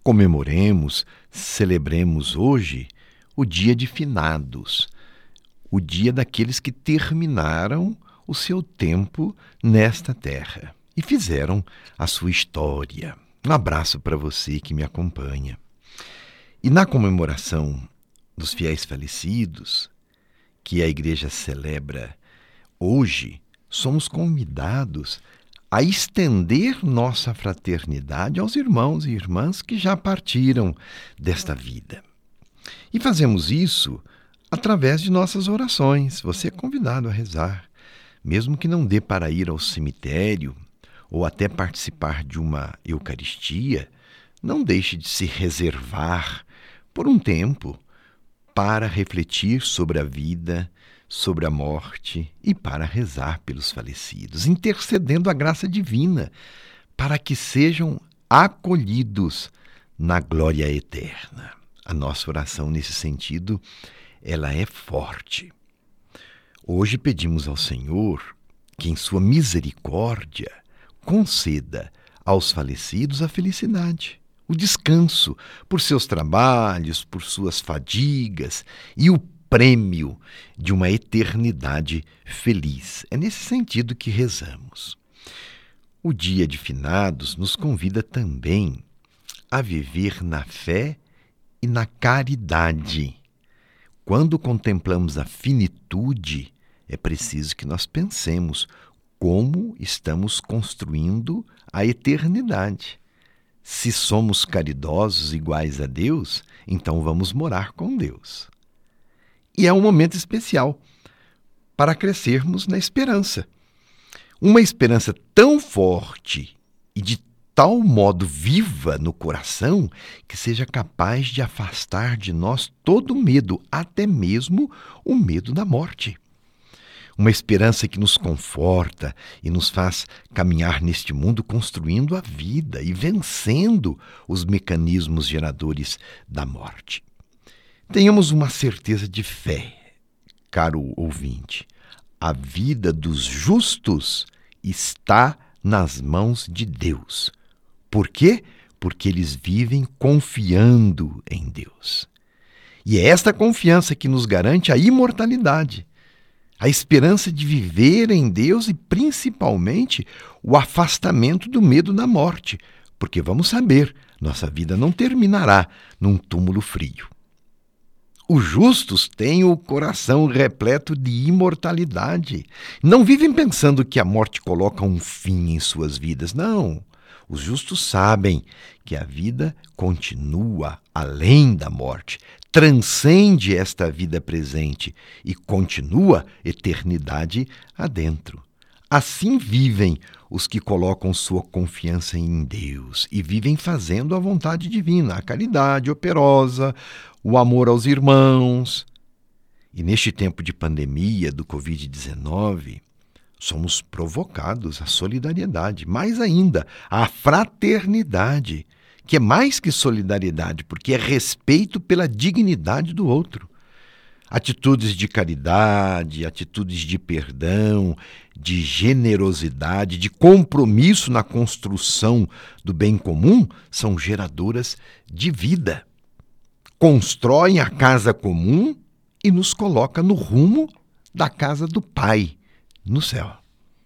comemoremos, celebremos hoje o dia de finados, o dia daqueles que terminaram o seu tempo nesta terra e fizeram a sua história. Um abraço para você que me acompanha. E na comemoração dos fiéis falecidos, que a igreja celebra hoje, somos convidados a estender nossa fraternidade aos irmãos e irmãs que já partiram desta vida. E fazemos isso através de nossas orações. Você é convidado a rezar, mesmo que não dê para ir ao cemitério ou até participar de uma Eucaristia, não deixe de se reservar por um tempo para refletir sobre a vida, sobre a morte e para rezar pelos falecidos, intercedendo a graça divina para que sejam acolhidos na glória eterna. A nossa oração nesse sentido, ela é forte. Hoje pedimos ao Senhor que em sua misericórdia conceda aos falecidos a felicidade, o descanso por seus trabalhos, por suas fadigas e o prêmio de uma eternidade feliz. É nesse sentido que rezamos. O dia de finados nos convida também a viver na fé e na caridade. Quando contemplamos a finitude, é preciso que nós pensemos como estamos construindo a eternidade. Se somos caridosos iguais a Deus, então vamos morar com Deus. E é um momento especial para crescermos na esperança. Uma esperança tão forte e de tal modo viva no coração que seja capaz de afastar de nós todo medo, até mesmo o medo da morte. Uma esperança que nos conforta e nos faz caminhar neste mundo construindo a vida e vencendo os mecanismos geradores da morte. Tenhamos uma certeza de fé, caro ouvinte. A vida dos justos está nas mãos de Deus. Por quê? Porque eles vivem confiando em Deus. E é esta confiança que nos garante a imortalidade, a esperança de viver em Deus e, principalmente, o afastamento do medo da morte, porque vamos saber, nossa vida não terminará num túmulo frio. Os justos têm o coração repleto de imortalidade. Não vivem pensando que a morte coloca um fim em suas vidas. Não. Os justos sabem que a vida continua além da morte, transcende esta vida presente e continua eternidade adentro. Assim vivem os que colocam sua confiança em Deus e vivem fazendo a vontade divina, a caridade operosa, o amor aos irmãos. E neste tempo de pandemia do Covid-19, somos provocados à solidariedade, mais ainda, à fraternidade, que é mais que solidariedade, porque é respeito pela dignidade do outro. Atitudes de caridade, atitudes de perdão, de generosidade, de compromisso na construção do bem comum são geradoras de vida. Constroem a casa comum e nos coloca no rumo da casa do Pai, no céu.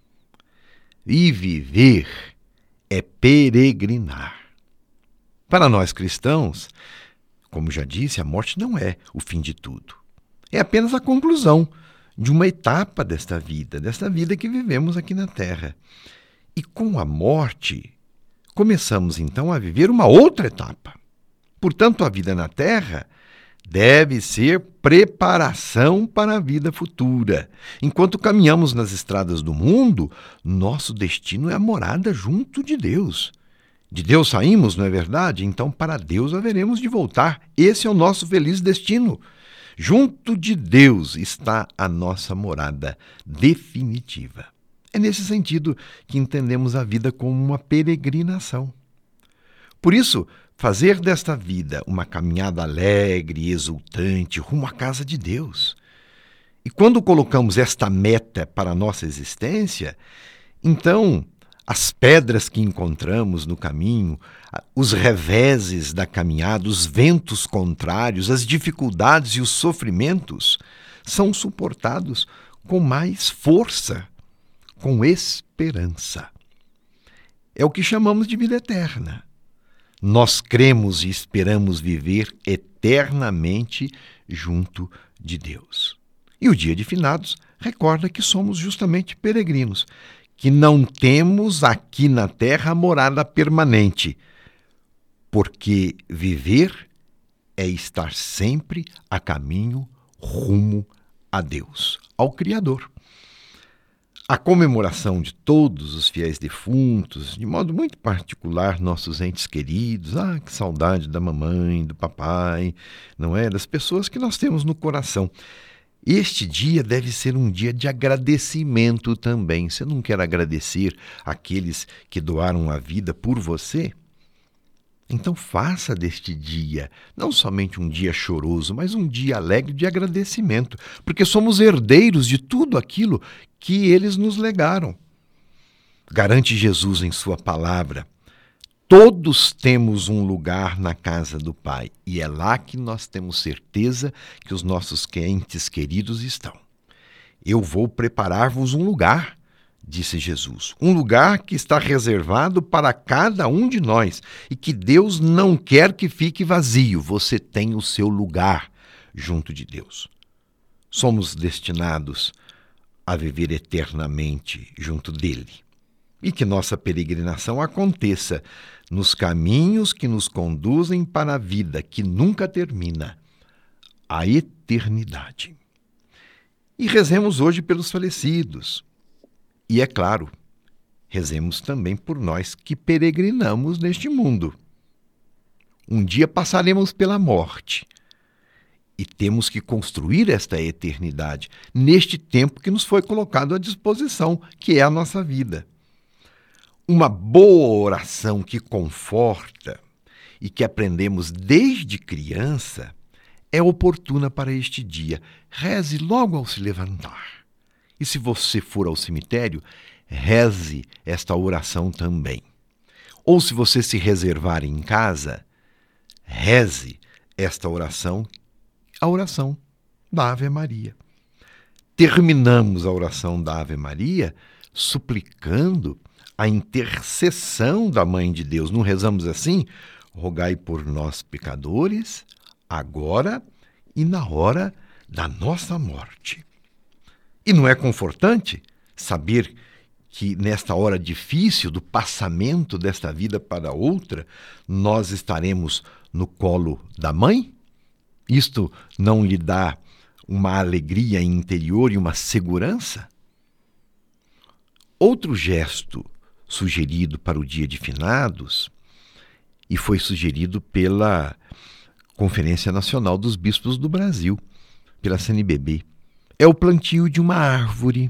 E viver é peregrinar. Para nós cristãos, como já disse, a morte não é o fim de tudo. É apenas a conclusão de uma etapa desta vida que vivemos aqui na Terra. E com a morte, começamos então a viver uma outra etapa. Portanto, a vida na Terra deve ser preparação para a vida futura. Enquanto caminhamos nas estradas do mundo, nosso destino é a morada junto de Deus. De Deus saímos, não é verdade? Então para Deus haveremos de voltar. Esse é o nosso feliz destino. Junto de Deus está a nossa morada definitiva. É nesse sentido que entendemos a vida como uma peregrinação. Por isso, fazer desta vida uma caminhada alegre e exultante rumo à casa de Deus. E quando colocamos esta meta para a nossa existência, então as pedras que encontramos no caminho, os reveses da caminhada, os ventos contrários, as dificuldades e os sofrimentos são suportados com mais força, com esperança. É o que chamamos de vida eterna. Nós cremos e esperamos viver eternamente junto de Deus. E o dia de finados recorda que somos justamente peregrinos, que não temos aqui na terra morada permanente, porque viver é estar sempre a caminho rumo a Deus, ao Criador. A comemoração de todos os fiéis defuntos, de modo muito particular nossos entes queridos, que saudade da mamãe, do papai, não é? Das pessoas que nós temos no coração. Este dia deve ser um dia de agradecimento também. Você não quer agradecer aqueles que doaram a vida por você? Então faça deste dia não somente um dia choroso, mas um dia alegre de agradecimento, porque somos herdeiros de tudo aquilo que eles nos legaram. Garante Jesus em sua palavra: todos temos um lugar na casa do Pai, e é lá que nós temos certeza que os nossos entes queridos estão. Eu vou preparar-vos um lugar, disse Jesus, um lugar que está reservado para cada um de nós e que Deus não quer que fique vazio. Você tem o seu lugar junto de Deus. Somos destinados a viver eternamente junto dele. E que nossa peregrinação aconteça nos caminhos que nos conduzem para a vida que nunca termina, a eternidade. E rezemos hoje pelos falecidos. E é claro, rezemos também por nós que peregrinamos neste mundo. Um dia passaremos pela morte e temos que construir esta eternidade neste tempo que nos foi colocado à disposição, que é a nossa vida. Uma boa oração que conforta e que aprendemos desde criança é oportuna para este dia. Reze logo ao se levantar. E se você for ao cemitério, reze esta oração também. Ou se você se reservar em casa, reze esta oração, a oração da Ave Maria. Terminamos a oração da Ave Maria suplicando a intercessão da Mãe de Deus. Não rezamos assim? Rogai por nós, pecadores, agora e na hora da nossa morte. E não é confortante saber que nesta hora difícil do passamento desta vida para outra, nós estaremos no colo da mãe? Isto não lhe dá uma alegria interior e uma segurança? Outro gesto sugerido para o dia de finados, e foi sugerido pela Conferência Nacional dos Bispos do Brasil, pela CNBB, é o plantio de uma árvore,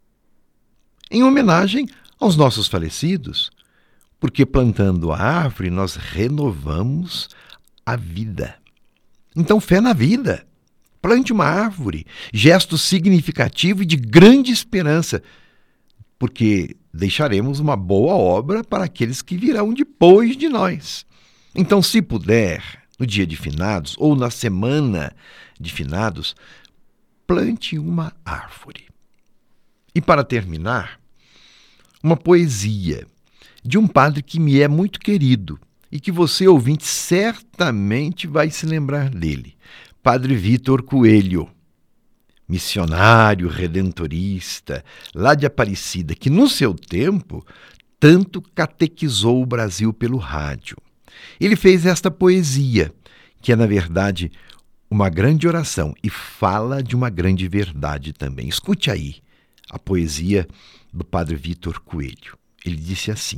em homenagem aos nossos falecidos, porque plantando a árvore nós renovamos a vida. Então, fé na vida. Plante uma árvore, gesto significativo e de grande esperança, porque deixaremos uma boa obra para aqueles que virão depois de nós. Então, se puder, no dia de finados ou na semana de finados, plante uma árvore. E para terminar, uma poesia de um padre que me é muito querido e que você, ouvinte, certamente vai se lembrar dele. Padre Vítor Coelho, missionário redentorista, lá de Aparecida, que no seu tempo tanto catequizou o Brasil pelo rádio. Ele fez esta poesia, que é, na verdade, uma grande oração e fala de uma grande verdade também. Escute aí a poesia do Padre Vítor Coelho. Ele disse assim: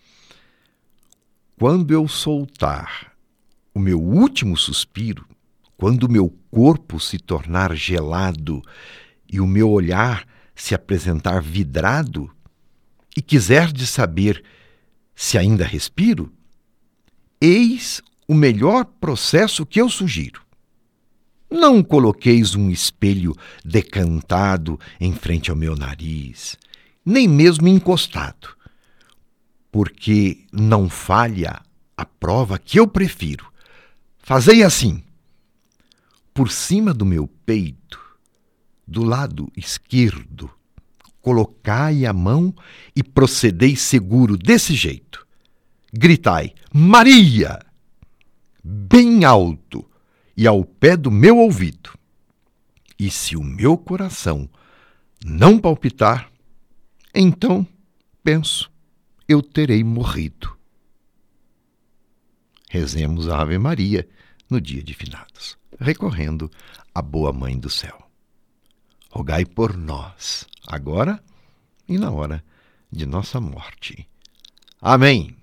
quando eu soltar o meu último suspiro, quando o meu corpo se tornar gelado e o meu olhar se apresentar vidrado, e quiserdes saber se ainda respiro, eis o melhor processo que eu sugiro. Não coloqueis um espelho decantado em frente ao meu nariz, nem mesmo encostado, porque não falha a prova que eu prefiro. Fazei assim: por cima do meu peito, do lado esquerdo, colocai a mão e procedei seguro desse jeito. Gritai: Maria! Bem alto e ao pé do meu ouvido. E se o meu coração não palpitar, então, penso, eu terei morrido. Rezemos a Ave Maria no dia de finados, recorrendo à boa Mãe do Céu. Rogai por nós, agora e na hora de nossa morte. Amém.